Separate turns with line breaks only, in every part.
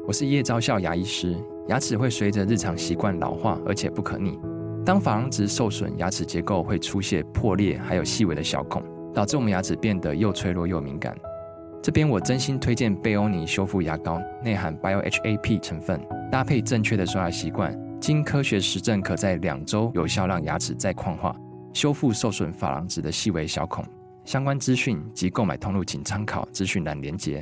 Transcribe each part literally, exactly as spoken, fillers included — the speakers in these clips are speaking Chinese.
我是叶昭孝牙医师。牙齿会随着日常习惯老化，而且不可逆。当珐琅质受损，牙齿结构会出现破裂，还有细微的小孔，导致我们牙齿变得又脆弱又敏感。这边我真心推荐贝欧尼修复牙膏，内含 B I O H A P 成分，搭配正确的刷牙习惯，经科学实证可在两周有效让牙齿再矿化，修复受损珐琅质的细微小孔。相关资讯及购买通路请参考资讯栏连结。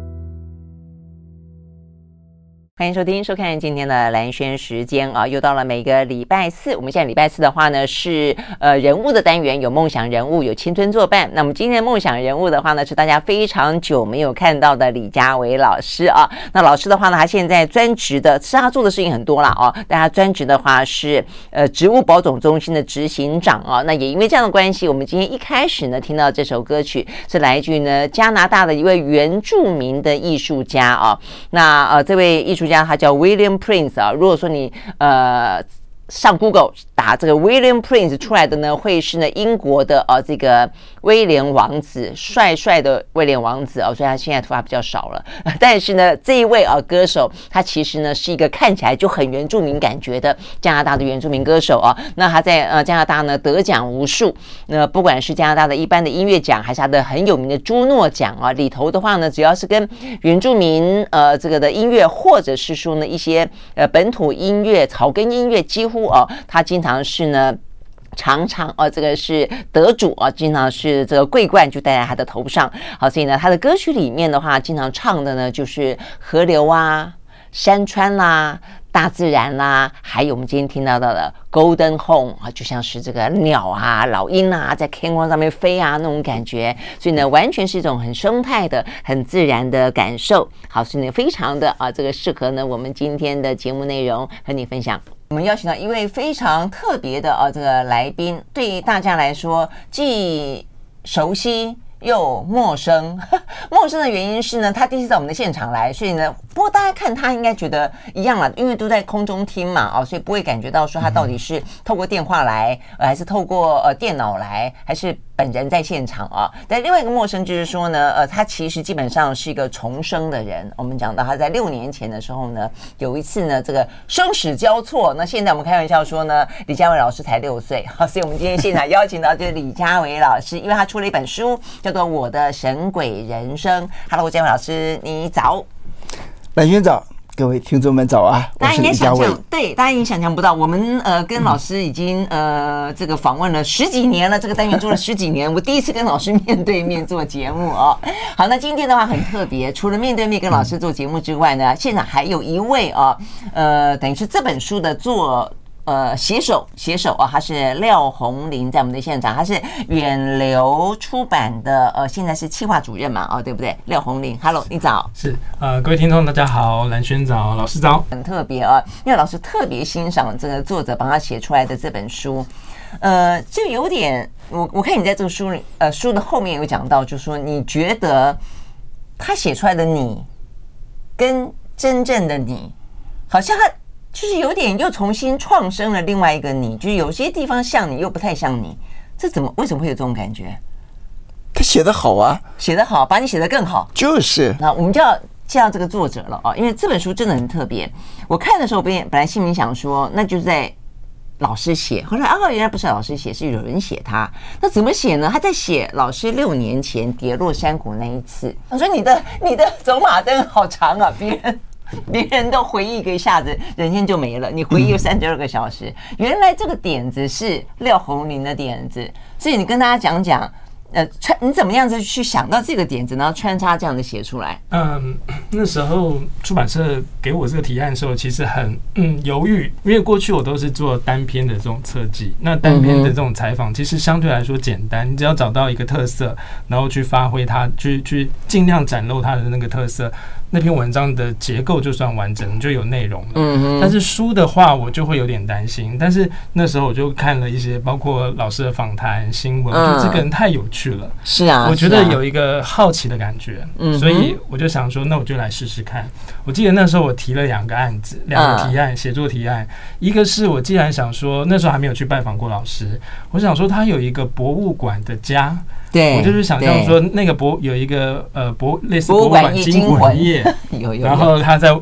欢迎收听收看今天的蓝轩时间啊，又到了每个礼拜四。我们现在礼拜四的话呢是呃人物的单元，有梦想人物，有青春作伴。那么今天的梦想人物的话呢，是大家非常久没有看到的李家维老师啊。那老师的话呢，他现在专职的，是他做的事情很多啦哦，但他专职的话是呃植物保种中心的执行长啊。那也因为这样的关系，我们今天一开始呢听到这首歌曲是来自于呢加拿大的一位原住民的艺术家啊。那呃这位艺术家他叫 William Prince 啊，如果说你呃上 Google 打这个 William Prince 出来的呢，会是呢英国的呃这个威廉王子，帅帅的威廉王子哦，所以他现在头发比较少了。但是呢，这一位啊歌手，他其实呢是一个看起来就很原住民感觉的加拿大的原住民歌手啊。那他在呃加拿大呢得奖无数，那不管是加拿大的一般的音乐奖，还是他的很有名的朱诺奖啊，里头的话呢，只要是跟原住民呃这个的音乐，或者是说呢一些呃本土音乐、草根音乐，几乎哦，他经常是呢。常常哦，这个是得主啊，经常是这个桂冠就戴在他的头上。好，所以呢，他的歌曲里面的话，经常唱的呢就是河流啊、山川啦、大自然啦，还有我们今天听到的 Golden Home 啊，就像是这个鸟啊、老鹰啊在天空上面飞啊那种感觉。所以呢，完全是一种很生态的、很自然的感受。好，所以呢，非常的啊，这个适合呢我们今天的节目内容和你分享。我们邀请到一位非常特别的啊这个来宾，对大家来说既熟悉又陌生。陌生的原因是呢，他第一次到我们的现场来，所以呢，不过大家看他应该觉得一样啦，因为都在空中听嘛，哦，所以不会感觉到说他到底是透过电话来，呃、还是透过呃电脑来，还是本人在现场啊。但另外一个陌生就是说呢，呃，他其实基本上是一个重生的人。我们讲到他在六年前的时候呢，有一次呢，这个生死交错。那现在我们开玩笑说呢，李家维老师才六岁，好，所以我们今天现场邀请到就是李家维老师，因为他出了一本书，叫做《我的神鬼人生》。Hello， 家维老师，你早。
蓝轩早，各位听众们早啊！
大家应该想象，对，大家已经想象不到，我们呃跟老师已经呃这个访问了十几年了，这个单元做了十几年，我第一次跟老师面对面做节目哦。好，那今天的话很特别，除了面对面跟老师做节目之外呢，现场还有一位啊，呃，等于是这本书的作。呃，写手写手啊，他是廖宏林，在我们的现场，他是远流出版的呃，现在是企划主任嘛，哦，对不对？廖宏林 ，Hello， 你早。
是呃，各位听众大家好，蓝轩早，老师早。
很特别啊，因为老师特别欣赏这个作者帮他写出来的这本书，呃，就有点，我我看你在这个书里，呃，书的后面有讲到，就是说你觉得他写出来的你跟真正的你，好像他。就是有点又重新创生了另外一个你，就是有些地方像你又不太像你，这怎么为什么会有这种感觉？
他写得好啊，
写得好，把你写得更好，
就是
那我们就要介绍这个作者了啊，因为这本书真的很特别。我看的时候，本来心里想说，那就是在老师写，后来啊，原来不是老师写，是有人写他。那怎么写呢？他在写老师六年前跌落山谷那一次。我说你的你的走马灯好长啊，别人。别人都回忆一个一下子，人生就没了。你回忆有三十二个小时，原来这个点子是廖宏林的点子，所以你跟大家讲讲，呃，你怎么样子去想到这个点子，然后穿插这样子写出来？
嗯，那时候出版社给我这个提案的时候，其实很嗯犹豫，因为过去我都是做单篇的这种侧记，那单篇的这种采访其实相对来说简单，你只要找到一个特色，然后去发挥它，去去尽量展露它的那个特色。那篇文章的结构就算完整，就有内容了。嗯，但是书的话，我就会有点担心。但是那时候我就看了一些，包括老师的访谈、新闻，我觉得这个人太有趣了。
是啊，
我觉得有一个好奇的感觉。嗯，所以我就想说，那我就来试试看。我记得那时候我提了两个案子，两个提案，写作提案。一个是我既然想说，那时候还没有去拜访过老师，我想说他有一个博物馆的家。
对，
我就是想象说那个博有一个呃博类似博物馆惊魂夜，
有有，
然后他在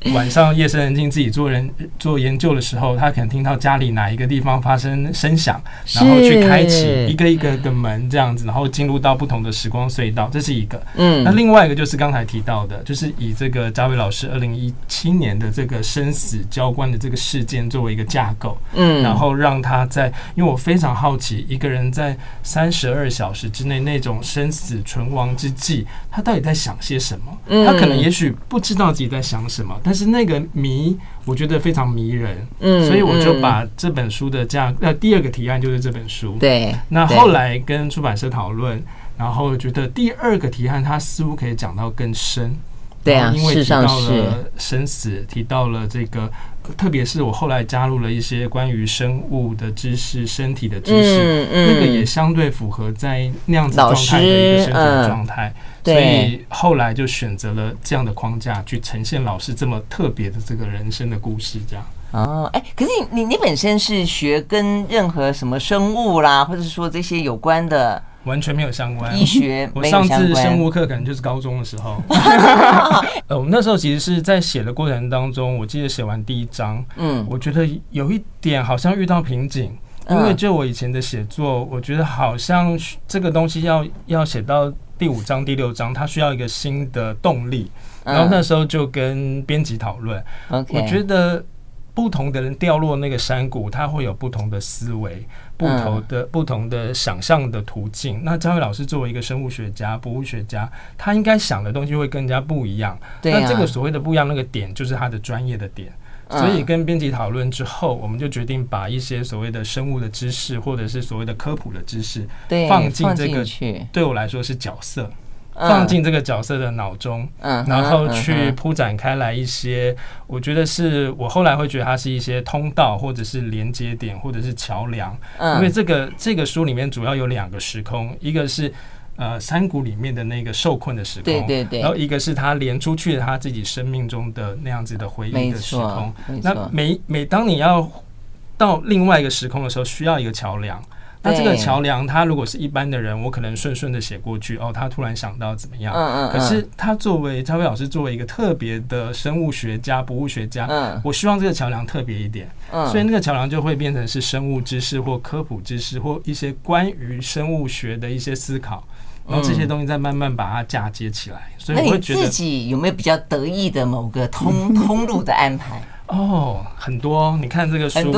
晚上夜深人静自己做人做研究的时候，他可能听到家里哪一个地方发生声响，然后去开启一个一个的门这样子，然后进入到不同的时光隧道，这是一个。嗯，那另外一个就是刚才提到的，就是以这个嘉伟老师二零一七年的这个生死交关的这个事件作为一个架构，嗯，然后让他在，因为我非常好奇，一个人在三十二小时之内那种生死存亡之际，他到底在想些什么？他可能也许不知道自己在想什么，但是那个谜，我觉得非常迷人。嗯，所以我就把这本书的架，呃，第二个提案就是这本书。
对，
那后来跟出版社讨论，然后觉得第二个提案它似乎可以讲到更深。
对啊，
因为提到了生死，提到了这个，特别是我后来加入了一些关于生物的知识、身体的知识，嗯嗯、那个也相对符合在那样子状态的一个身体的状态，嗯、所以后来就选择了这样的框架去呈现老师这么特别的这个人生的故事，这样。
哦，哎，可是你你你本身是学跟任何什么生物啦，或者说这些有关的？
完全没有相关，
医学
我上次生物课可能就是高中的时候。呃，我们那时候其实是在写的过程当中，我记得写完第一章，嗯，我觉得有一点好像遇到瓶颈，因为就我以前的写作，我觉得好像这个东西要要写到第五章、第六章，它需要一个新的动力。然后那时候就跟编辑讨论，我觉得不同的人掉落那个山谷，他会有不同的思维。不同的、嗯、不同的想象的途径。那嘉伟老师作为一个生物学家、博物学家，他应该想的东西会更加不一样。对啊、那这个所谓的不一样，那个点就是他的专业的点。嗯、所以跟编辑讨论之后，我们就决定把一些所谓的生物的知识，或者是所谓的科普的知识，放进这个对我来说是角色。放进这个角色的脑中，嗯、然后去铺展开来一些，我觉得是我后来会觉得它是一些通道，或者是连接点，或者是桥梁。嗯、因为这个这个书里面主要有两个时空，一个是呃山谷里面的那个受困的时空，对对对，然后一个是他连出去他自己生命中的那样子的回忆的时空。那每每当你要到另外一个时空的时候，需要一个桥梁。那这个桥梁，他如果是一般的人，我可能顺顺的写过去，哦，他突然想到怎么样？嗯嗯嗯、可是他作为嘉伟老师，作为一个特别的生物学家、博物学家，嗯、我希望这个桥梁特别一点，嗯、所以那个桥梁就会变成是生物知识或科普知识或一些关于生物学的一些思考，然后这些东西再慢慢把它嫁接起来。所以我会觉得，
那你自己有没有比较得意的某个通通路的安排？
哦，很多，你看这个书，很多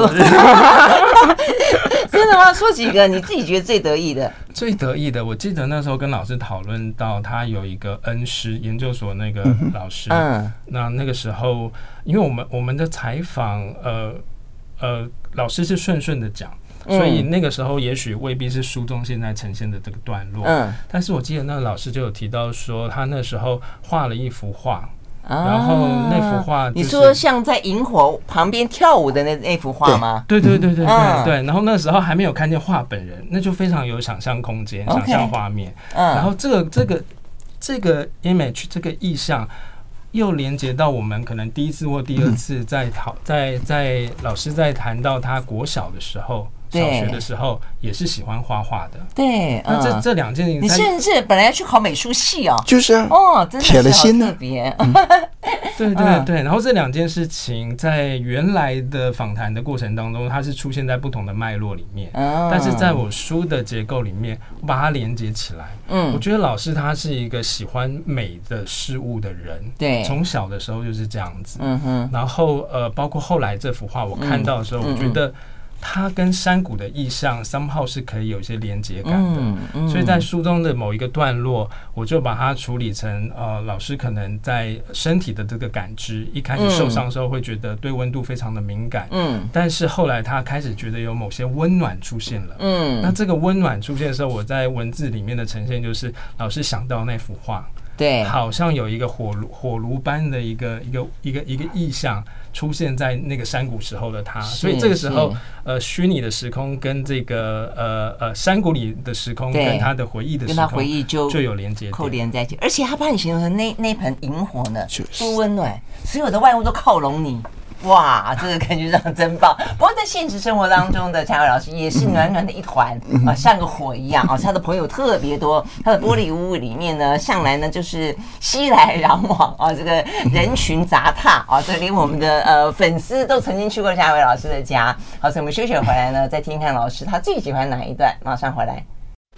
真的吗？说几个你自己觉得最得意的。
最得意的，我记得那时候跟老师讨论到，他有一个恩师，研究所那个老师。嗯，那那个时候，因为我们我们的采访，呃呃，老师是顺顺的讲。所以那个时候也许未必是书中现在呈现的这个段落。嗯，但是我记得那个老师就有提到说，他那时候画了一幅画。然后那幅画、就是，
你说像在萤火旁边跳舞的那那幅画吗？
对对对对对 对, 對, 對。然后那时候还没有看见画本人，那就非常有想象空间， okay, 想象画面。嗯。然后这个这个这个 image 这个意象，又连接到我们可能第一次或第二次在讨在在老师在谈到他国小的时候。小学的时候也是喜欢画画的，
对，
那这这两件事情，
你甚至本来要去考美术系哦，
就是啊，
哦，真的是好特别，
对对对。然后这两件事情在原来的访谈的过程当中，它是出现在不同的脉络里面，但是在我书的结构里面，我把它连接起来。嗯，我觉得老师他是一个喜欢美的事物的人，对，从小的时候就是这样子。嗯哼，然后呃，包括后来这幅画我看到的时候，我觉得。它跟山谷的意象 somehow 是可以有一些连结感的，嗯嗯、所以在书中的某一个段落，我就把它处理成呃，老师可能在身体的这个感知，一开始受伤的时候会觉得对温度非常的敏感，嗯，但是后来他开始觉得有某些温暖出现了，嗯，那这个温暖出现的时候，我在文字里面的呈现就是老师想到那幅画。对，好像有一个火炉火炉般的一个一个一个一个意象出现在那个山谷时候的他，所以这个时候呃虚拟的时空跟这个呃呃山谷里的时空跟他的回忆的时空，跟他回忆就
就
有连接
扣连在一起，而且他把你形容成那那盆萤火呢，多温暖，所有的万物都靠拢你。 哇，这个感觉上真棒。不过在现实生活当中的嘉伟老师也是暖暖的一团啊，像个火一样啊。他的朋友特别多，他的玻璃屋里面呢，向来呢就是熙来攘往啊，这个人群杂沓啊，这连我们的呃粉丝都曾经去过嘉伟老师的家。好，所以我们休息回来呢，再听听看老师他最喜欢哪一段，马上回来。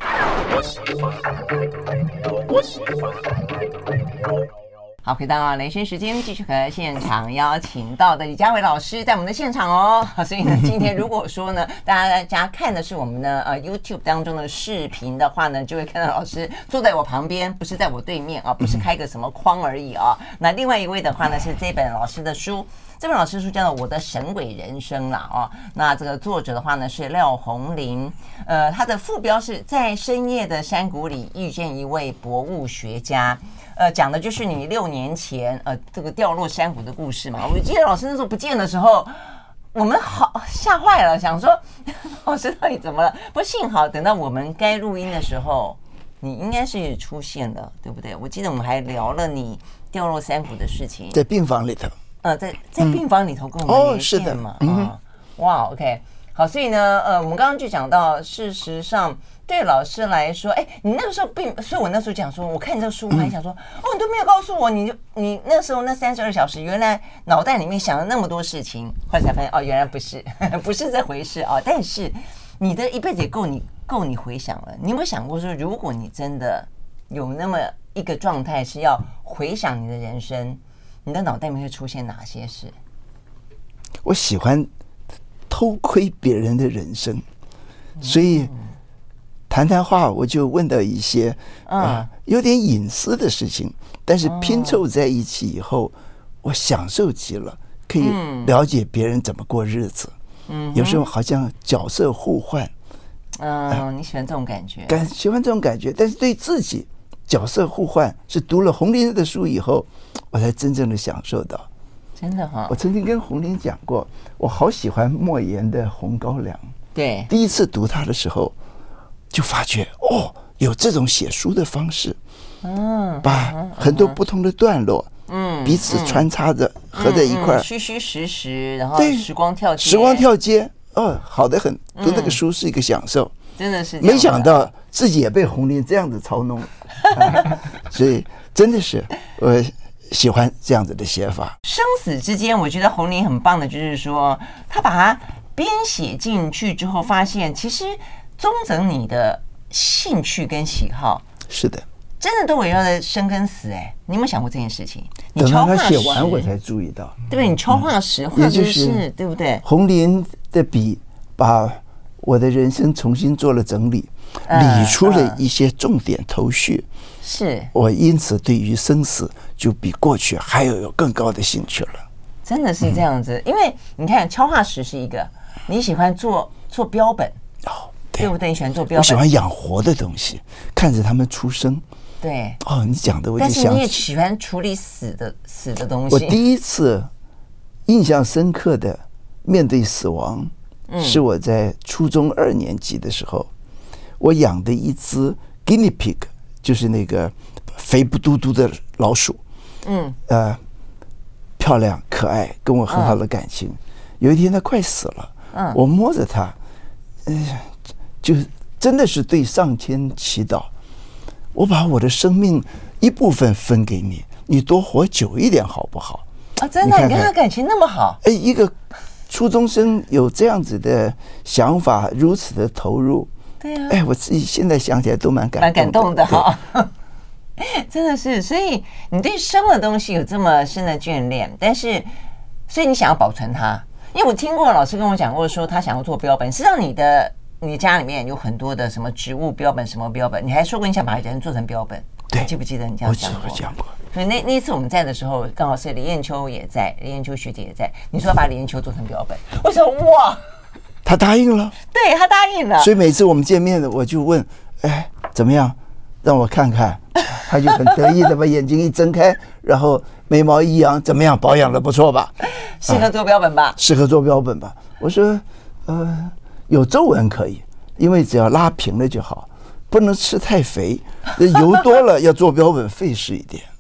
好，回到雷轩时间，继续和现场邀请到的李嘉伟老师在我们的现场哦。所以呢，今天如果说呢，大家看的是我们的呃 YouTube 当中的视频的话呢，就会看到老师坐在我旁边，不是在我对面啊，不是开个什么框而已啊。那另外一位的话呢，是这本老师的书。这本老师书叫做《我的神鬼人生》啦哦，那这个作者的话呢是廖鸿林，呃，他的副标是在深夜的山谷里遇见一位博物学家，呃，讲的就是你六年前呃这个掉落山谷的故事嘛。我记得老师那时候不见的时候，我们好吓坏了，想说老师到底怎么了？不过幸好等到我们该录音的时候，你应该是出现了，对不对？我记得我们还聊了你掉落山谷的事情，
在病房里头。
呃，在在病房里头跟我们连线嘛，嗯、哦，哇 ，OK， 好，所以呢，呃，我们刚刚就讲到，事实上对老师来说，哎，你那个时候并，所以我那时候讲说，我看你这个书，我还想说，哦，你都没有告诉我，你就你那时候那三十二小时，原来脑袋里面想了那么多事情，后来才发现，哦，原来不是，不是这回事哦。但是你的一辈子也够你够你回想了，你有没有想过说，如果你真的有那么一个状态是要回想你的人生？你的脑袋里面会出现哪些事？
我喜欢偷窥别人的人生，所以谈谈话我就问到一些啊、呃、有点隐私的事情，但是拼凑在一起以后，我享受极了，可以了解别人怎么过日子。嗯，有时候好像角色互换。
嗯、呃，你喜欢这种感觉？
感喜欢这种感觉，但是对自己角色互换是读了洪林的书以后，我才真正的享受到。
真的哈、哦！
我曾经跟洪林讲过，我好喜欢莫言的《红高粱》。
对，
第一次读他的时候，就发觉哦，有这种写书的方式，嗯，把很多不同的段落，嗯，彼此穿插着、嗯、合在一块儿，
虚虚实实，然后时光跳接，
时光跳接，哦，好的很。读那个书是一个享受，
嗯、真的是。
没想到自己也被洪林这样子操弄。啊、所以真的是我喜欢这样子的写法。
生死之间，我觉得洪林很棒的，就是说他把它编写进去之后，发现其实综整你的兴趣跟喜好，
是的，
真的都围绕着生跟死。哎，你有没有想过这件事情？你
等到他写完，我才注意到，
对不对？你超化石，或者是对不对？
洪林的笔把我的人生重新做了整理。理出了一些重点头绪，
是
我因此对于生死就比过去还要有更高的兴趣了。
真的是这样子，嗯、因为你看，敲化石是一个，你喜欢做做标本，哦，对，对不对？你喜欢做标本，
我喜欢养活的东西，看着他们出生。
对，
哦，你讲的我就想起，
但是你也喜欢处理死的死的东西。
我第一次印象深刻的面对死亡，嗯、是我在初中二年级的时候。我养的一只 guinea pig， 就是那个肥不嘟嘟的老鼠，嗯，呃，漂亮可爱，跟我很好的感情。嗯、有一天它快死了，嗯，我摸着它，嗯、呃，就真的是对上天祈祷，我把我的生命一部分分给你，你多活久一点好不好？
啊，真的，你, 看看你跟他感情那么好？
哎，一个初中生有这样子的想法，如此的投入。
对啊，
哎，我自己现在想起来都蛮感动的，
蛮感动的哈、哦，真的是。所以你对生的东西有这么深的眷恋，但是，所以你想要保存它。因为我听过老师跟我讲过，说他想要做标本。实际上，你的你家里面有很多的什么植物标本、什么标本，你还说过你想把人做成标本，
对，
记不记得你这样讲过？
我讲过。
所以那那一次我们在的时候，刚好是李艳秋也在，李艳秋学姐也在。你说要把李艳秋做成标本，我说哇。
他答应了，
对他答应了，
所以每次我们见面的，我就问，哎，怎么样？让我看看。他就很得意的把眼睛一睁开，然后眉毛一扬，怎么样？保养的不错吧？
适合做标本吧？
适合做标本吧？我说，呃，有皱纹可以，因为只要拉平了就好，不能吃太肥，油多了要做标本费事一点。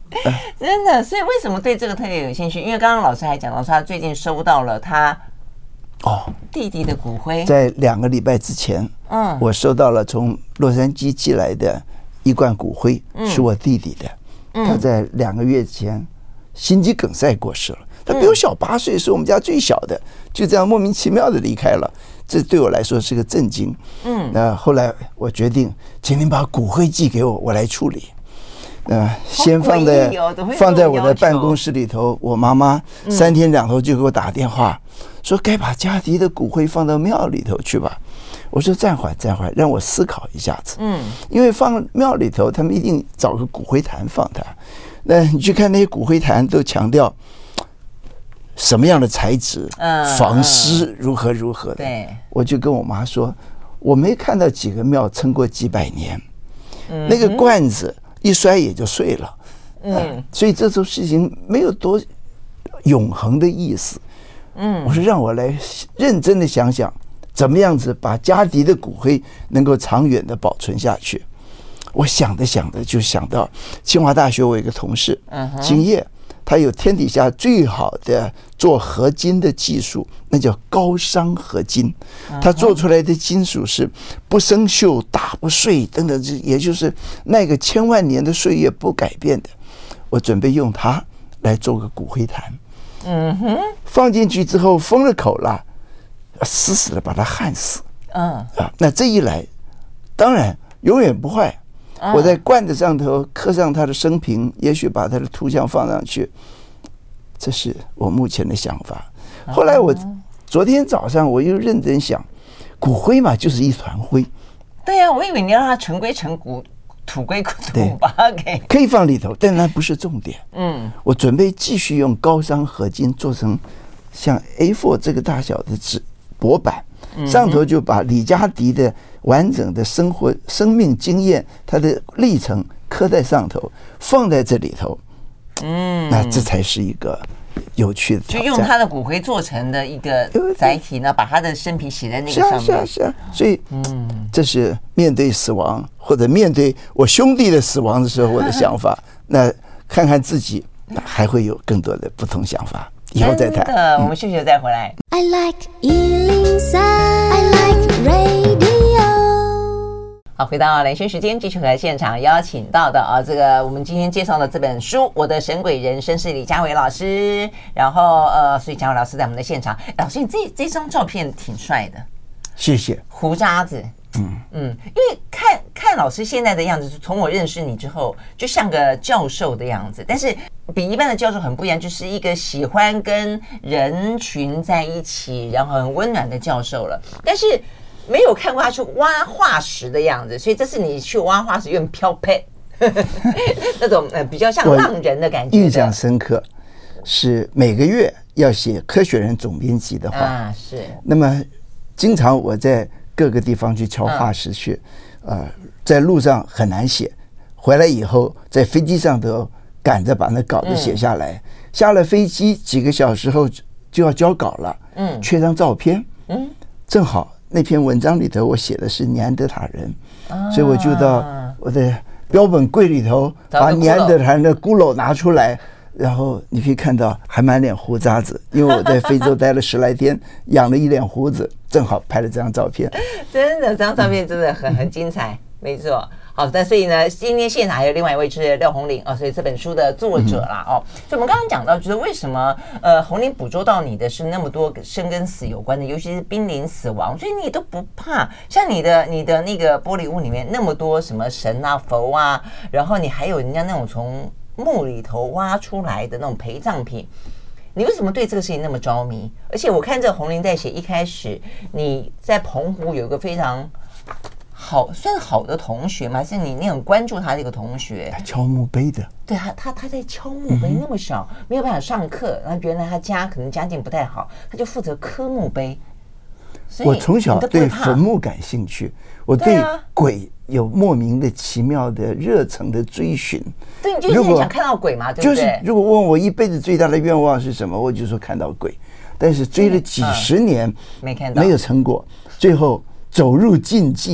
真的，所以为什么对这个特别有兴趣？因为刚刚老师还讲到说，他最近收到了他哦弟弟的骨灰，
在两个礼拜之前，嗯，我收到了从洛杉矶寄来的一罐骨灰，嗯、是我弟弟的。嗯、他在两个月前心肌梗塞过世了，他比我小八岁，是我们家最小的，就这样莫名其妙的离开了。这对我来说是个震惊。嗯，那后来我决定，请您把骨灰寄给我，我来处理。呃，先放在放在我的办公室里头。我妈妈三天两头就给我打电话，说该把家迪的骨灰放到庙里头去吧。我说暂缓暂缓，让我思考一下子。嗯，因为放庙里头，他们一定找个骨灰坛放它。那你去看那些骨灰坛，都强调什么样的材质，防湿如何如何的。对，我就跟我妈说，我没看到几个庙撑过几百年，那个罐子一摔也就碎了。嗯，所以这种事情没有多永恒的意思。嗯，我说让我来认真的想想，怎么样子把家迪的骨灰能够长远的保存下去。我想着想着就想到清华大学我有一个同事金叶，他有天底下最好的做合金的技术，那叫高商合金。他做出来的金属是不生锈、打不碎等等，也就是那个千万年的岁月不改变的。我准备用它来做个骨灰坛。嗯哼，放进去之后封了口了，死死的把它焊死。嗯啊，那这一来，当然永远不坏。我在罐子上头刻上他的生平，也许把他的图像放上去，这是我目前的想法。后来我昨天早上我又认真想，骨灰嘛就是一团灰。
对呀、啊，我以为你让它尘归尘，骨土归土，把它给
可以放里头，但那不是重点。嗯，我准备继续用高商合金做成像 A 四 这个大小的纸薄板，上头就把李嘉迪的完整的生活、生命经验，他的历程刻在上头，放在这里头。嗯，那这才是一个有趣的挑战。
就用他的骨灰做成的一个载体呢，把他的生平写在那个上面。
是啊，是啊，是啊。所以，嗯，这是面对死亡或者面对我兄弟的死亡的时候我的想法。那看看自己，还会有更多的不同想法。以后再谈。
真的，我们休息了再回来。
I like 一零三 I like radio。
好，回到连线时间，继续和现场邀请到的啊，这个我们今天介绍的这本书《我的神鬼人生》是李家维老师，然后呃，所以家维老师在我们的现场。老师，你这这张照片挺帅的，
谢谢。
胡渣子，嗯嗯，因为看看老师现在的样子，从我认识你之后，就像个教授的样子，但是比一般的教授很不一样，就是一个喜欢跟人群在一起，然后很温暖的教授了，但是没有看过他去挖化石的样子，所以这是你去挖化石有点飘配那种呃比较像浪人的感觉。
印象深刻是每个月要写《科学人》总编辑的话
啊，是。
那么经常我在各个地方去敲化石去，嗯、呃，在路上很难写，回来以后在飞机上头赶着把那稿子写下来，嗯、下了飞机几个小时后就要交稿了，嗯，缺张照片，嗯，正好。那篇文章里头我写的是尼安德塔人，啊、所以我就到我的标本柜里头把尼安德塔人的骷髅拿出来，然后你可以看到还满脸胡渣子，因为我在非洲待了十来天，养了一脸胡子，正好拍了这张照片。
真的，这张照片真的很很精彩，没错。好，那所以呢，今天现场还有另外一位是廖宏霖啊，所以这本书的作者啦哦。所以我们刚刚讲到，就是为什么呃宏霖捕捉到你的是那么多生跟死有关的，尤其是濒临死亡，所以你都不怕。像你的你的那个玻璃屋里面那么多什么神啊佛啊，然后你还有人家那种从墓里头挖出来的那种陪葬品。你为什么对这个事情那么着迷？而且我看这宏霖在写一开始你在澎湖有一个非常好算好的同学吗？还是你你很关注他这个同学？
他敲墓碑的。对，
他他他在敲墓碑，那么小、嗯、没有办法上课，然后原来他家可能家境不太好，他就负责刻墓碑。
我从小对坟墓感兴趣，我对鬼有莫名的奇妙的热忱的追寻。
对，你就是很想看到鬼嘛，对不对？
就是如果问我一辈子最大的愿望是什么，我就说看到鬼。但是追了几十年、嗯、
没看到，
没有成果，最后走入禁忌。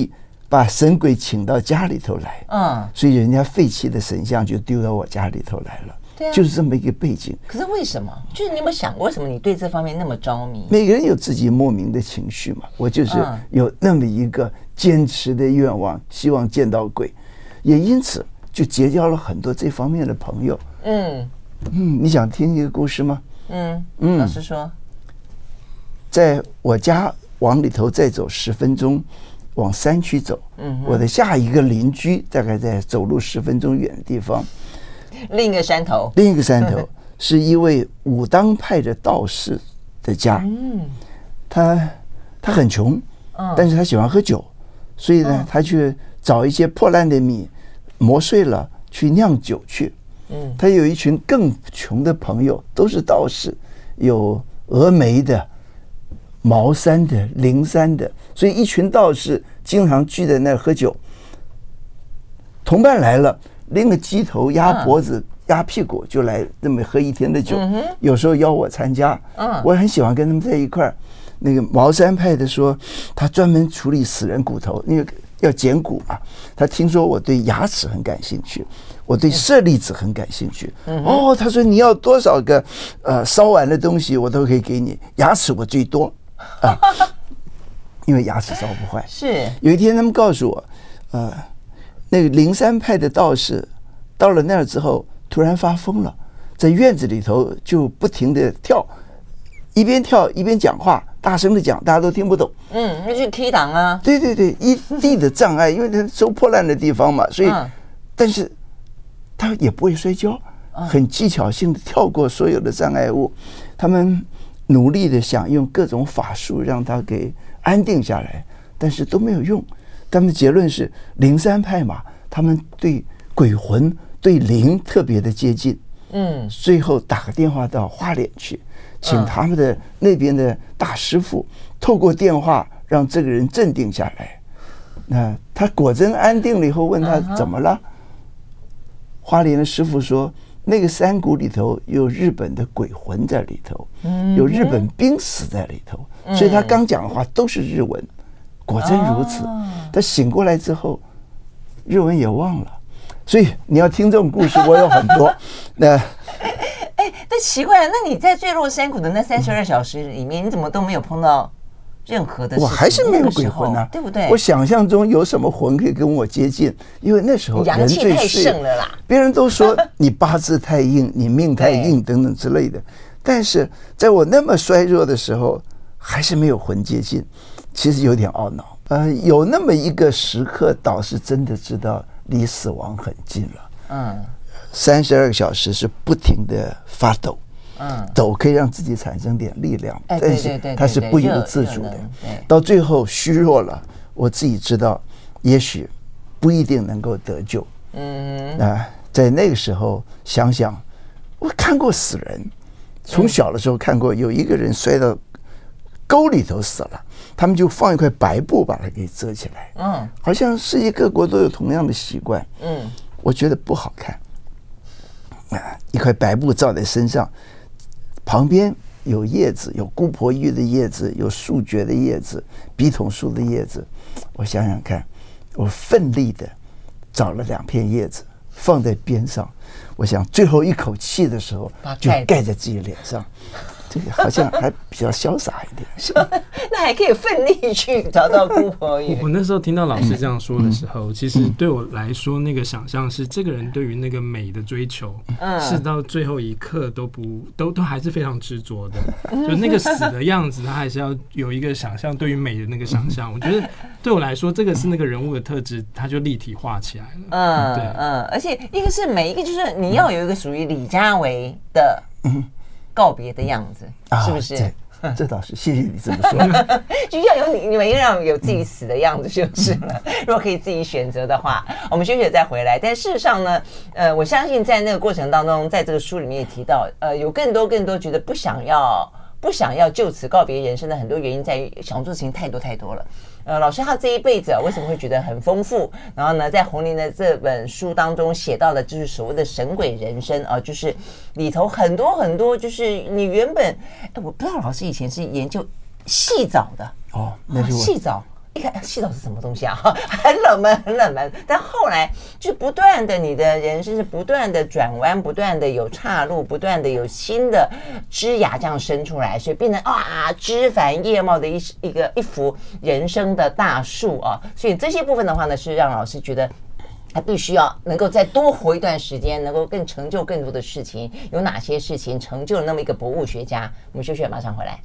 把神鬼请到家里头来，
嗯，
所以人家废弃的神像就丢到我家里头来了。
对啊，
就是这么一个背景。
可是为什么？就是你有没有想过，为什么你对这方面那么着迷？
每个人有自己莫名的情绪嘛，我就是有那么一个坚持的愿望，希望见到鬼，也因此就结交了很多这方面的朋友。
嗯
嗯，你想听一个故事吗？
嗯
嗯，
老师说，
在我家往里头再走十分钟，往山区走，嗯，我的下一个邻居大概在走路十分钟远的地方。
另一个山头，
另一个山头是一位武当派的道士的家。嗯，他他很穷，但是他喜欢喝酒，所以呢，他去找一些破烂的米，磨碎了去酿酒去。嗯，他有一群更穷的朋友，都是道士，有峨眉的、茅山的、灵山的，所以一群道士经常聚在那儿喝酒。同伴来了，拎个鸡头压脖子、压屁股就来那么喝一天的酒，有时候邀我参加，我很喜欢跟他们在一块儿。那个茅山派的说，他专门处理死人骨头，因为要捡骨嘛。他听说我对牙齿很感兴趣，我对舍利子很感兴趣。哦，他说你要多少个呃烧完的东西，我都可以给你。牙齿我最多啊，因为牙齿烧不坏。
是
有一天他们告诉我，呃。那个灵山派的道士到了那儿之后，突然发疯了，在院子里头就不停的跳，一边跳一边讲话，大声的讲，大家都听不懂。
嗯，那就 K 档啊。
对对对，一地的障碍，因为他收破烂的地方嘛，所以，嗯、但是他也不会摔跤，很技巧性的跳过所有的障碍物。他们努力的想用各种法术让他给安定下来，但是都没有用。他们的结论是灵山派嘛，他们对鬼魂、对灵特别的接近。嗯，最后打个电话到花莲去，请他们的那边的大师傅透过电话让这个人镇定下来。那他果真安定了以后，问他怎么了？花莲的师傅说，那个山谷里头有日本的鬼魂在里头，有日本兵死在里头，所以他刚讲的话都是日文。果真如此，他醒过来之后，日文也忘了，所以你要听这种故事，我有很多。那，
哎，但奇怪了，那你在坠落山谷的那三十二小时里面，你怎么都没有碰到任何的事情？
我还是没有鬼魂啊，
对不对？
我想象中有什么魂可以跟我接近？因为那时候
阳气太盛了啦，
别人都说你八字太硬，你命太硬等等之类的，但是在我那么衰弱的时候，还是没有魂接近。其实有点懊恼，呃，有那么一个时刻，倒是真的知道离死亡很近了。嗯，三十二个小时是不停的发抖，嗯，抖可以让自己产生点力量，
哎、
但是它是不由自主的。到最后虚弱了，我自己知道，也许不一定能够得救。嗯，啊、呃，在那个时候想想，我看过死人，从小的时候看过有一个人摔到沟里头死了。他们就放一块白布把它给遮起来，嗯，好像世界各国都有同样的习惯，嗯，我觉得不好看，啊，一块白布罩在身上，旁边有叶子，有姑婆芋的叶子，有树蕨的叶子，笔筒树的叶子，我想想看，我奋力的找了两片叶子放在边上，我想最后一口气的时候就盖在自己脸上。这个好像还比较潇洒一点，
那还可以奋力去找到姑婆芋。
我那时候听到老师这样说的时候，其实对我来说，那个想象是这个人对于那个美的追求，是到最后一刻都不都都还是非常执着的。就那个死的样子，他还是要有一个想象，对于美的那个想象。我觉得对我来说，这个是那个人物的特质，他就立体化起来了。
嗯，对，嗯，而且一个是每一个，就是你要有一个属于李家维的。告别的样子，是不是？
啊、这, 这倒是，谢谢你这么说。
就要有你，你们要有自己死的样子就是了。如果可以自己选择的话，我们休息再回来。但事实上呢，呃，我相信在那个过程当中，在这个书里面也提到，呃，有更多更多觉得不想要。不想要就此告别人生的很多原因在于想做的事情太多太多了。呃，老师他这一辈子啊，为什么会觉得很丰富？然后呢，在洪林的这本书当中写到的，就是所谓的神鬼人生啊，就是里头很多很多，就是你原本，哎，我不知道老师以前是研究细藻的
哦，那是我
细藻。 一看洗澡是什么东西啊，很冷门，很冷门。但后来就不断的，你的人生是不断的转弯，不断的有岔路，不断的有新的枝芽这样生出来，所以变成哇枝繁叶茂的一一个一幅人生的大树啊。所以这些部分的话呢，是让老师觉得他必须要能够再多活一段时间，能够更成就更多的事情。有哪些事情成就了那么一个博物学家？我们休息，马上回来。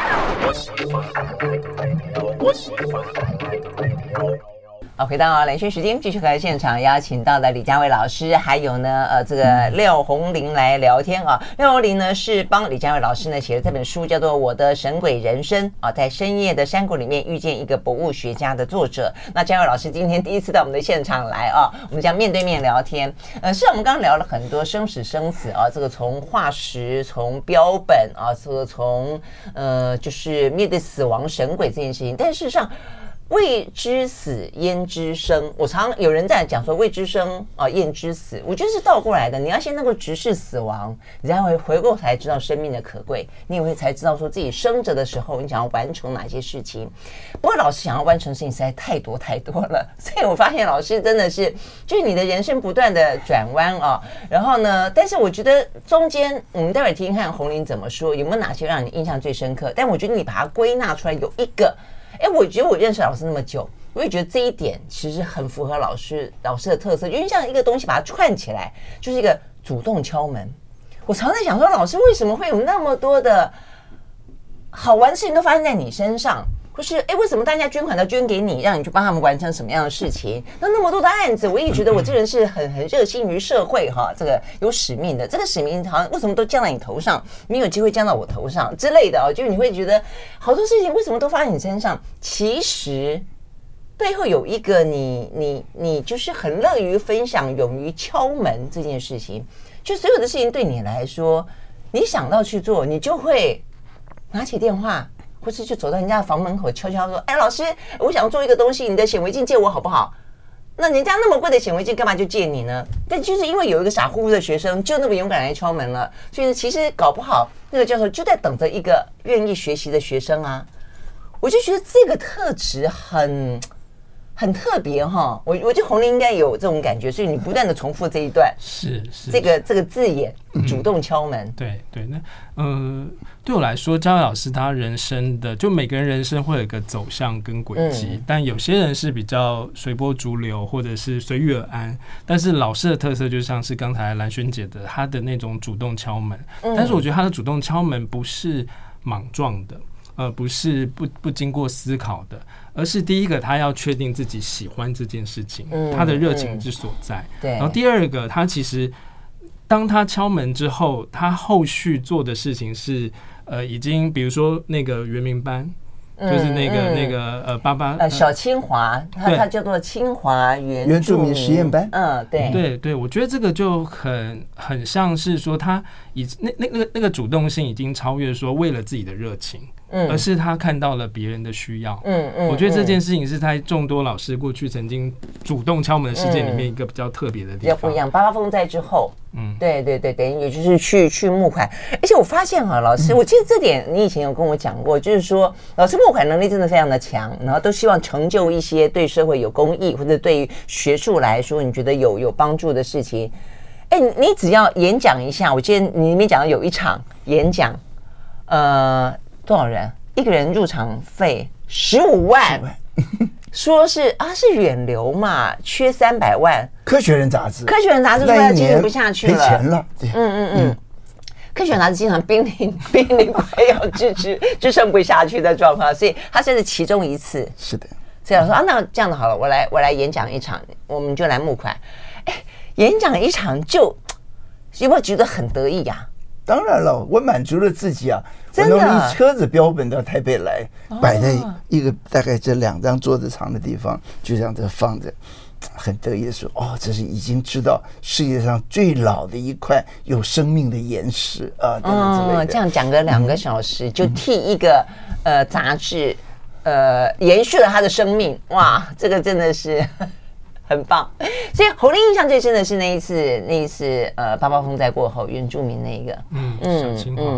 好，回到蓝轩时间，继续和现场邀请到的李佳薇老师，还有呢，呃，这个廖宏霖来聊天啊。廖宏霖呢是帮李佳薇老师呢写了这本书，叫做《我的神鬼人生》啊，在深夜的山谷里面遇见一个博物学家的作者。那佳薇老师今天第一次到我们的现场来啊，我们将面对面聊天。呃，是我们刚刚聊了很多生死生死啊，这个从化石、从标本啊，这个从呃就是面对死亡、神鬼这件事情，但事实上。未知死焉知生，我常有人在讲说未知生啊焉知死，我觉得是倒过来的。你要先能够直视死亡，你才会回过才知道生命的可贵，你也会才知道说自己生着的时候你想要完成哪些事情。不过老师想要完成的事情实在太多太多了，所以我发现老师真的是就是你的人生不断的转弯啊，然后呢，但是我觉得中间我们待会儿听听看宏霖怎么说，有没有哪些让你印象最深刻？但我觉得你把它归纳出来有一个。哎，我觉得我认识老师那么久，我也觉得这一点其实很符合老师老师的特色，因为像一个东西把它串起来，就是一个主动敲门。我常在想说，老师为什么会有那么多的好玩的事情都发生在你身上？或是哎，为什么大家捐款都捐给你，让你去帮他们完成什么样的事情？那那么多的案子，我也觉得我这个人是很很热心于社会哈，这个有使命的。这个使命好像为什么都降在你头上，没有机会降到我头上之类的哦，就是你会觉得好多事情为什么都发生在你身上？其实背后有一个你你你就是很乐于分享、勇于敲门这件事情。就所有的事情对你来说，你想到去做，你就会拿起电话。或是就走到人家的房门口悄悄说：“哎，老师，我想做一个东西，你的显微镜借我好不好？”那人家那么贵的显微镜干嘛就借你呢？但就是因为有一个傻乎乎的学生就那么勇敢来敲门了，所以其实搞不好那个教授就在等着一个愿意学习的学生啊。我就觉得这个特质很很特别哈。我我觉得宏霖应该有这种感觉，所以你不断的重复这一段，
是是
这个这个字眼，主动敲门。
嗯、对对，那呃。对我来说，佳薇老师他人生的就每个人人生会有一个走向跟轨迹，嗯、但有些人是比较随波逐流，或者是随遇而安。但是老师的特色就像是刚才蓝轩姐的，他的那种主动敲门。嗯、但是我觉得他的主动敲门不是莽撞的，呃，不是不不经过思考的，而是第一个他要确定自己喜欢这件事情，嗯、他的热情之所在。
对。
然后第二个，他其实当他敲门之后，他后续做的事情是。呃，已经比如说那个原民班，嗯、就是那个、嗯、那个呃八八
呃小清华，它它叫做清华原
原住民实验班。
嗯，对
对对，我觉得这个就很很像是说他以那那那个那个主动性已经超越说为了自己的热情。嗯、而是他看到了别人的需要。嗯嗯，我觉得这件事情是在众多老师过去曾经主动敲门的事件里面一个比较特别的地方，比较
不一样。八八风灾之后，嗯，对对对，等于也就是去去募款，而且我发现啊，老师，我记得这点你以前有跟我讲过，就是说老师募款能力真的非常的强，然后都希望成就一些对社会有公益或者对于学术来说你觉得有有帮助的事情。哎，你只要演讲一下，我记得你里面讲的有一场演讲，呃。多少人？一个人入场费十五万，说是啊是远流嘛，缺三百万。
科学人杂志，
科学人杂志都要经营不下去了，
赔钱了。
嗯嗯嗯，科学人杂志经常濒临濒临快要支持支撑不下去的状况，所以它这是其中一次。
是的，
所以我说啊，那这样的好了，我来我来演讲一场，我们就来募款。哎，演讲一场就有没有觉得很得意呀、啊？
当然了，我满足了自己啊！我弄一车子标本到台北来，哦、摆在一个大概这两张桌子长的地方，就这样子放着，很得意的说：“哦，这是已经知道世界上最老的一块有生命的岩石啊！”等等之类的。
哦，这样讲个两个小时，嗯、就替一个呃杂志呃延续了他的生命，哇，这个真的是。很棒，所以宏霖印象最深的是那一次，那一次呃八八风灾过后原住民那一个，
嗯嗯小清华的，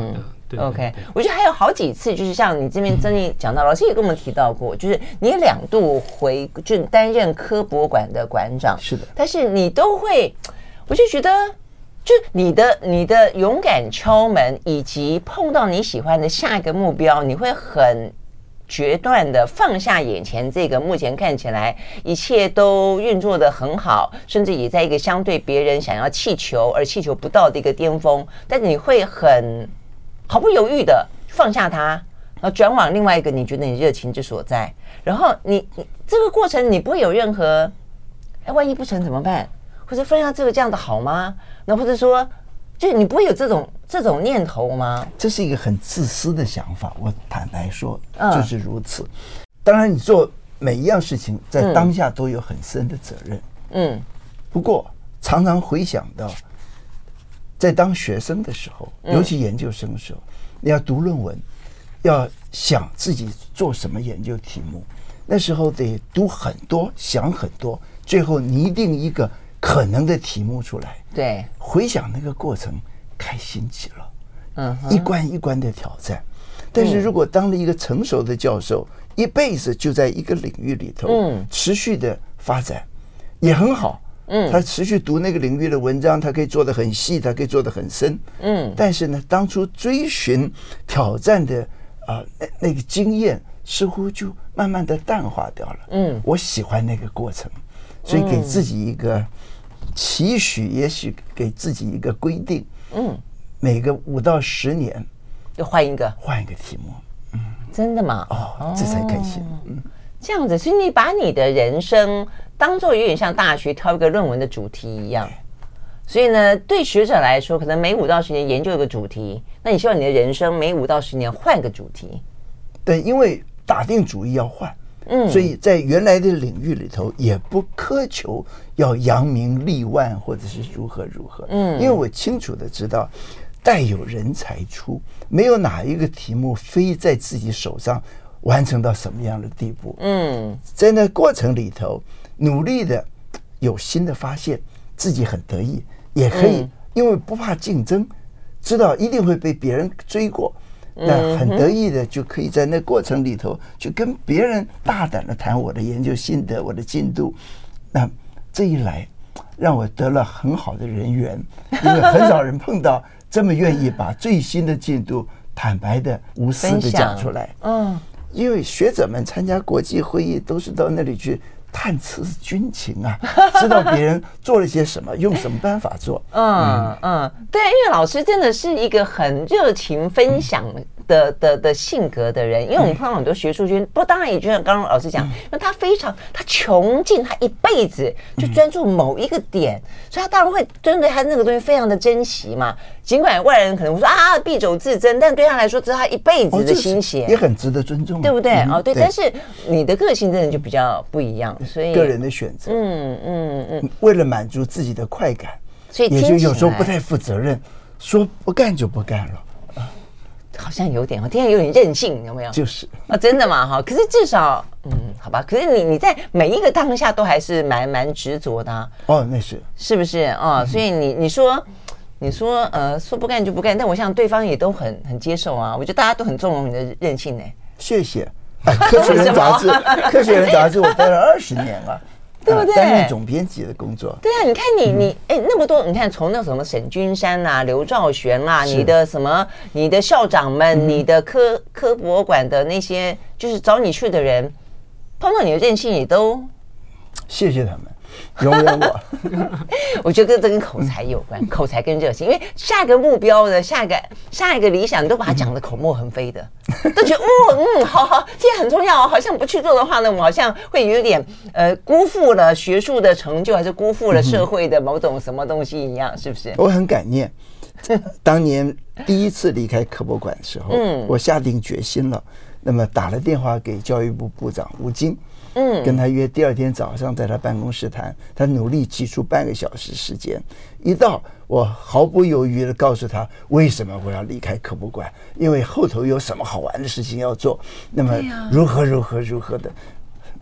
对
OK， 我觉得还有好几次，就是像你这边曾经讲到，老师也跟我们提到过，就是你两度回就担任科博馆的馆长，
是的，
但是你都会，我就觉得，就你的你的勇敢敲门，以及碰到你喜欢的下一个目标，你会很决断的放下眼前这个目前看起来一切都运作的很好，甚至也在一个相对别人想要气球而气球不到的一个巅峰，但是你会很毫不犹豫的放下它，然后转往另外一个你觉得你热情之所在，然后你你这个过程你不会有任何，哎，万一不成怎么办？或者放下这个这样的好吗？那或者说，就你不会有这种这种念头吗？
这是一个很自私的想法，我坦白说
嗯
就是如此。当然，你做每一样事情在当下都有很深的责任。
嗯，
不过常常回想到，在当学生的时候，尤其研究生的时候，你要读论文，要想自己做什么研究题目，那时候得读很多，想很多，最后拟定一个可能的题目出来。
对，
回想那个过程，开心极了。
嗯哼，
一关一关的挑战。但是如果当了一个成熟的教授，一辈子就在一个领域里头，
嗯
持续的发展，也很好。嗯，他持续读那个领域的文章，他可以做得很细，他可以做得很深。嗯，但是呢，当初追寻挑战的啊、呃、那那个经验，似乎就慢慢的淡化掉了。嗯，我喜欢那个过程，所以给自己一个期许，也许给自己一个规定。嗯，每个五到十年
就换一个，
换一个题目。嗯，
真的吗？
哦，这才开心。嗯，
这样子，所以你把你的人生当做有点像大学挑一个论文的主题一样。所以呢，对学者来说，可能每五到十年研究一个主题，那你希望你的人生每五到十年换个主题。
对，因为打定主意要换，嗯，所以在原来的领域里头也不苛求要扬名立万或者是如何如何，嗯，因为我清楚的知道，待有人才出，没有哪一个题目非在自己手上完成到什么样的地步，嗯，在那过程里头努力的有新的发现，自己很得意，也可以因为不怕竞争，知道一定会被别人追过。那很得意的就可以在那过程里头去跟别人大胆的谈我的研究心得，我的进度。那这一来让我得了很好的人缘，因为很少人碰到这么愿意把最新的进度坦白的无私的讲出来。嗯，因为学者们参加国际会议都是到那里去探知军情啊，知道别人做了些什么，用什么办法做。
嗯嗯，对，因为老师真的是一个很热情分享的的的性格的人。因为我们碰到很多学术圈，不过当然也就像刚刚老师讲，那他非常他穷尽他一辈子就专注某一个点，所以他当然会针对他那个东西非常的珍惜嘛。尽管外人可能会说啊敝帚自珍，但对他来说这是他一辈子的心血，
也很值得尊重，
对不对？哦，对。但是你的个性真的就比较不一样，所以
个人的选择，
嗯嗯嗯，
为了满足自己的快感，
所以
也就有时候不太负责任，说不干就不干了。
好像有点，我听起来有点任性，有没有？
就是
啊，真的嘛哈。可是至少，嗯，好吧。可是你你在每一个当下都还是蛮蛮执着的、啊。
哦，那是
是不是啊、哦？所以你你说你说呃说不干就不干，但我想对方也都很很接受啊。我觉得大家都很纵容你的任性呢。
谢谢。啊、科学人杂志，科学人杂志我待了二十年了。
对不对？
担任总编辑的工作。
对啊，你看你你哎那么多，你看从那什么沈君山啦、刘兆玄啦，你的什么你的校长们、嗯、你的科科博馆的那些就是找你去的人，碰到你的任性也都
谢谢他们。容忍我，
我觉得这跟口才有关，口才跟热情，因为下一个目标的下一个下一个理想，你都把它讲得口沫横飞的，都觉得哦嗯好好，这也很重要哦，好像不去做的话呢，我们好像会有点呃辜负了学术的成就，还是辜负了社会的某种什么东西一样，是不是？
我很感念，当年第一次离开科博馆的时候，嗯，我下定决心了，那么打了电话给教育部部长吴京。嗯，跟他约第二天早上在他办公室谈，他努力挤出半个小时时间，一到我毫不犹豫的告诉他为什么我要离开科博馆，因为后头有什么好玩的事情要做，那么如何如何如何的，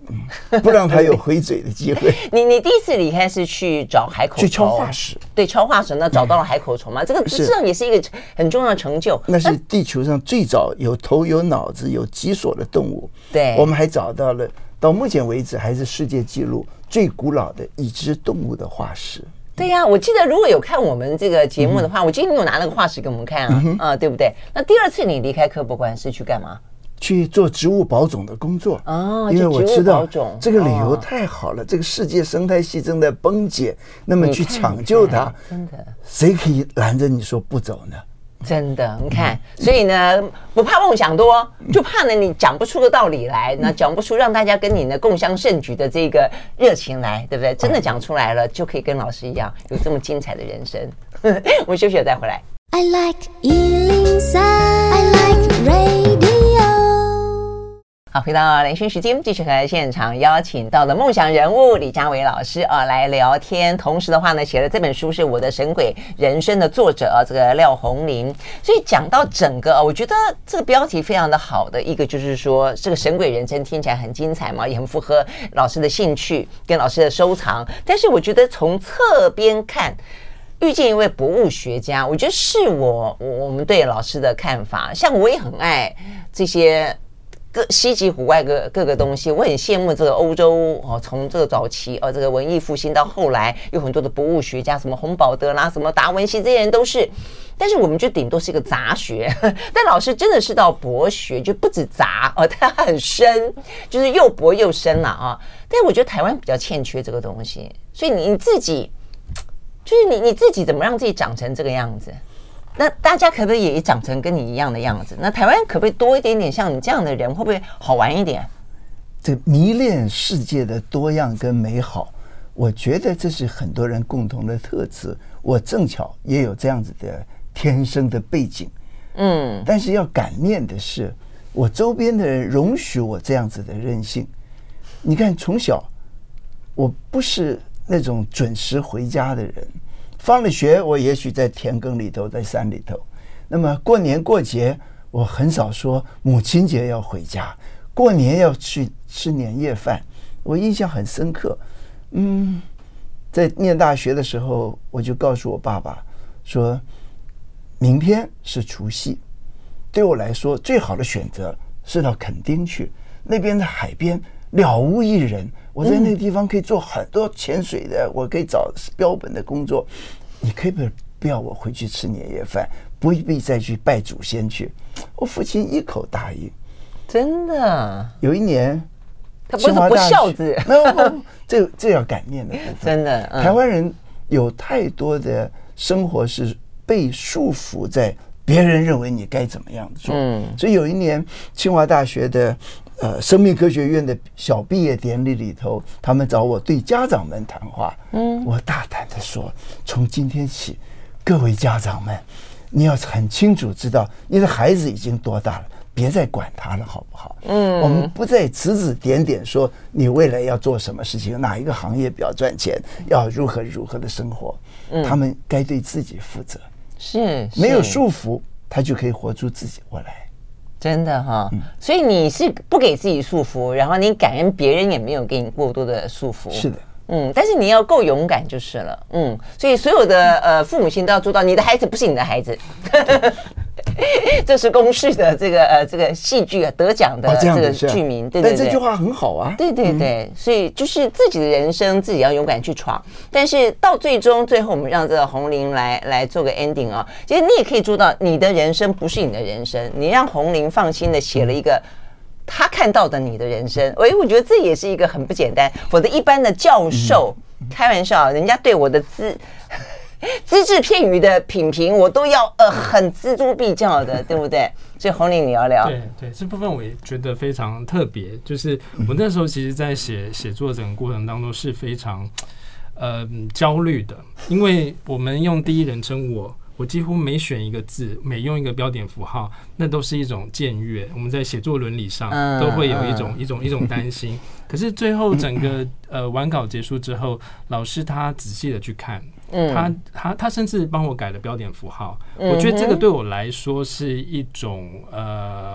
不让他有回嘴的机会。
你你第一次离开是去找海口虫，
去敲化石，
对，敲化石，那找到了海口虫嘛？这个实际上也是一个很重要的成就。
那是地球上最早有头有脑子有脊索的动物。
对，
我们还找到了，到目前为止还是世界纪录最古老的已知动物的化石。
对呀、啊，我记得如果有看我们这个节目的话，嗯、我记得你有拿那个化石给我们看啊，嗯、呃，对不对？那第二次你离开科博馆是去干嘛？
去做植物保种的工作
哦，
因为我知道这个旅游太好了，哦、这个世界生态系正在崩解，那么去抢救它，
真的，
谁可以拦着你说不走呢？
真的，你看，所以呢，不怕梦想多，就怕呢你讲不出个道理来，那讲不出让大家跟你呢共襄盛举的这个热情来，对不对？真的讲出来了，就可以跟老师一样有这么精彩的人生。我们休息了再回来。
I like 一零三 I like radio。
好，回到连线时间，继续和现场邀请到的梦想人物李家维老师啊来聊天。同时的话呢，写了这本书是我的神鬼人生的作者啊，这个廖宏霖。所以讲到整个，我觉得这个标题非常的好的一个就是说，这个神鬼人生听起来很精彩嘛，也很符合老师的兴趣跟老师的收藏。但是我觉得从侧边看，遇见一位博物学家，我觉得是我我们对老师的看法。像我也很爱这些。各西极湖外各各个东西，我很羡慕这个欧洲哦，从这个早期哦，这个文艺复兴到后来，有很多的博物学家，什么洪堡德啦，什么达文西，这些人都是。但是我们就顶多是一个杂学，但老师真的是到博学，就不止杂哦，它很深，就是又博又深了啊。但是我觉得台湾比较欠缺这个东西，所以你你自己，就是你你自己怎么让自己长成这个样子？那大家可不可以也长成跟你一样的样子？那台湾可不可以多一点点像你这样的人？会不会好玩一点？
这迷恋世界的多样跟美好，我觉得这是很多人共同的特质。我正巧也有这样子的天生的背景，嗯，但是要感念的是，我周边的人容许我这样子的任性。你看，从小我不是那种准时回家的人。放了学，我也许在田埂里头，在山里头。那么过年过节，我很少说母亲节要回家，过年要去吃年夜饭。我印象很深刻。嗯，在念大学的时候，我就告诉我爸爸说，明天是除夕，对我来说最好的选择是到垦丁去，那边的海边了无一人。我在那个地方可以做很多潜水的，我可以找标本的工作。你可以不不要我回去吃年夜饭，不必再去拜祖先去。我父亲一口答应。
真的？
有一年，
他不是不孝子，
这这要感念的部分。
真的，
嗯、台湾人有太多的生活是被束缚在别人认为你该怎么样做。嗯，所以有一年清华大学的。呃，生命科学院的小毕业典礼里头，他们找我对家长们谈话。嗯，我大胆的说，从今天起，各位家长们，你要很清楚知道，你的孩子已经多大了，别再管他了，好不好？嗯，我们不再指指点点说你未来要做什么事情，哪一个行业比较赚钱，要如何如何的生活。嗯，他们该对自己负责，
是
没有束缚，他就可以活出自己过来。
真的哈，嗯、所以你是不给自己束缚，然后你感恩别人也没有给你过多的束缚。
是的，
嗯，但是你要够勇敢就是了，嗯，所以所有的呃父母亲都要做到，你的孩子不是你的孩子，这是公视的这个呃这个戏剧啊得奖的这个剧名，对对对。
但这句话很好啊，
对对对，嗯、所以就是自己的人生自己要勇敢去闯，但是到最终最后我们让这个宏霖来来做个 ending 啊，其实你也可以做到，你的人生不是你的人生，你让宏霖放心的写了一个。他看到的你的人生，哎，我觉得这也是一个很不简单。否则一般的教授，嗯、开玩笑，人家对我的资只字片语的品评，我都要呃很锱铢必较的，对不对？所以宏霖你要聊，
对对，这部分我也觉得非常特别。就是我那时候其实，在写写作整个过程当中是非常呃焦虑的，因为我们用第一人称我。我几乎每选一个字，每用一个标点符号，那都是一种僭越。我们在写作伦理上都会有一种、嗯、一种一种担心。可是最后整个呃完稿结束之后，老师他仔细的去看，嗯、他他他甚至帮我改了标点符号。嗯、我觉得这个对我来说是一种呃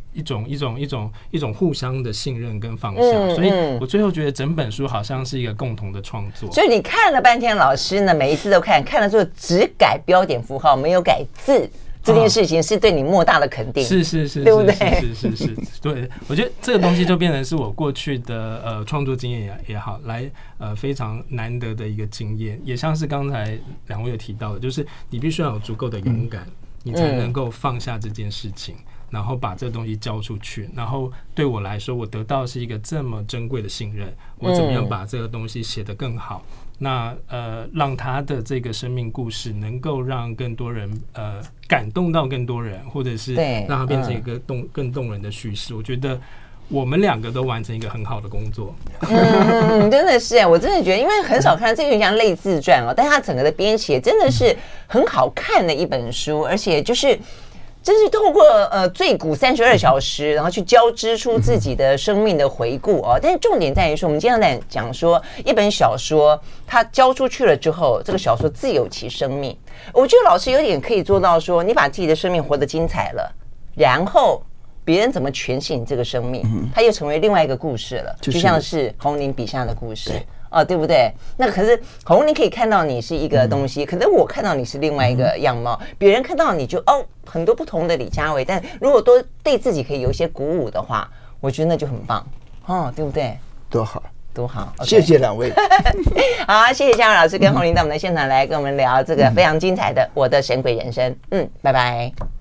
一种一种一种一种互相的信任跟放下，
嗯、
所以我最后觉得整本书好像是一个共同的创作。
所以你看了半天，老师呢每一次都看，看了之后只改标点符号，没有改字。这件事情是对你莫大的肯定，
是是是，
对不对？
是是是是，对，我觉得这个东西就变成是我过去的呃创作经验也也好，来呃非常难得的一个经验，也像是刚才两位有提到的，就是你必须要有足够的勇敢，你才能够放下这件事情。然后把这个东西交出去，然后对我来说，我得到的是一个这么珍贵的信任，我怎么样把这个东西写得更好？那呃，让他的这个生命故事能够让更多人呃感动到更多人，或者是让它变成一个动、嗯、更动人的叙事。我觉得我们两个都完成一个很好的工作。
嗯，真的是哎，我真的觉得，因为很少看这个像类自传哦，但它整个的编写真的是很好看的一本书，而且就是。真是透过呃最古三十二小时，然后去交织出自己的生命的回顾哦。但是重点在于说，我们经常在讲说，一本小说它交出去了之后，这个小说自有其生命。我觉得老师有点可以做到说，你把自己的生命活得精彩了，然后别人怎么诠释你这个生命，它又成为另外一个故事了，就像是洪林笔下的故事。哦，对不对？那可是洪林可以看到你是一个东西，嗯、可是我看到你是另外一个样貌。别、嗯、人看到你就哦，很多不同的李家维。但如果多对自己可以有一些鼓舞的话，我觉得那就很棒，哦，对不对？
多好，
多好！ Okay、
谢谢两位。
好，谢谢嘉荣老师跟洪林到我们的现场来跟我们聊这个非常精彩的《我的神鬼人生》。嗯，拜拜。